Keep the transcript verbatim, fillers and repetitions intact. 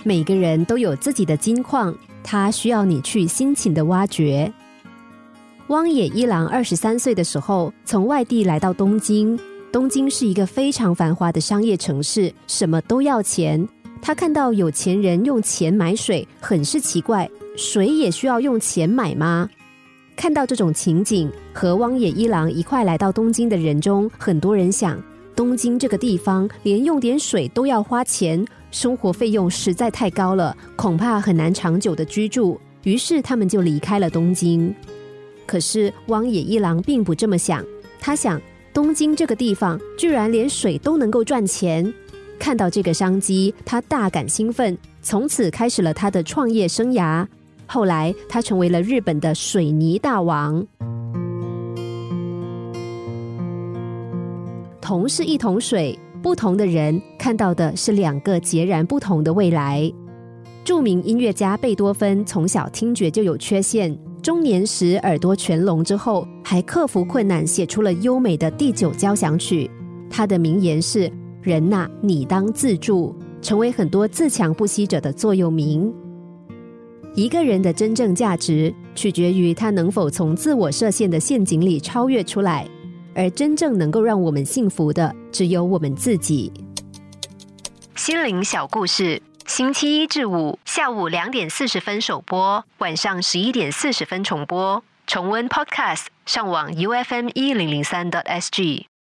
每个人都有自己的金矿，它需要你去辛勤的挖掘。汪野一郎二十三岁的时候，从外地来到东京。东京是一个非常繁华的商业城市，什么都要钱。他看到有钱人用钱买水，很是奇怪，水也需要用钱买吗？看到这种情景，和汪野一郎一块来到东京的人中，很多人想，东京这个地方连用点水都要花钱，生活费用实在太高了，恐怕很难长久的居住，于是他们就离开了东京。可是汪野一郎并不这么想，他想东京这个地方居然连水都能够赚钱，看到这个商机，他大感兴奋，从此开始了他的创业生涯。后来他成为了日本的水泥大王。同是一桶水，不同的人看到的是两个截然不同的未来。著名音乐家贝多芬从小听觉就有缺陷，中年时耳朵全聋之后，还克服困难写出了优美的第九交响曲。他的名言是：人呐、啊，你当自助，成为很多自强不息者的座右铭。一个人的真正价值取决于他能否从自我设限的陷阱里超越出来，而真正能够让我们幸福的只有我们自己。心灵小故事，星期一至五下午两点四十分首播，晚上十一点四十分重播。重温 Podcast， 上网 U F M 一零零三 点 S G。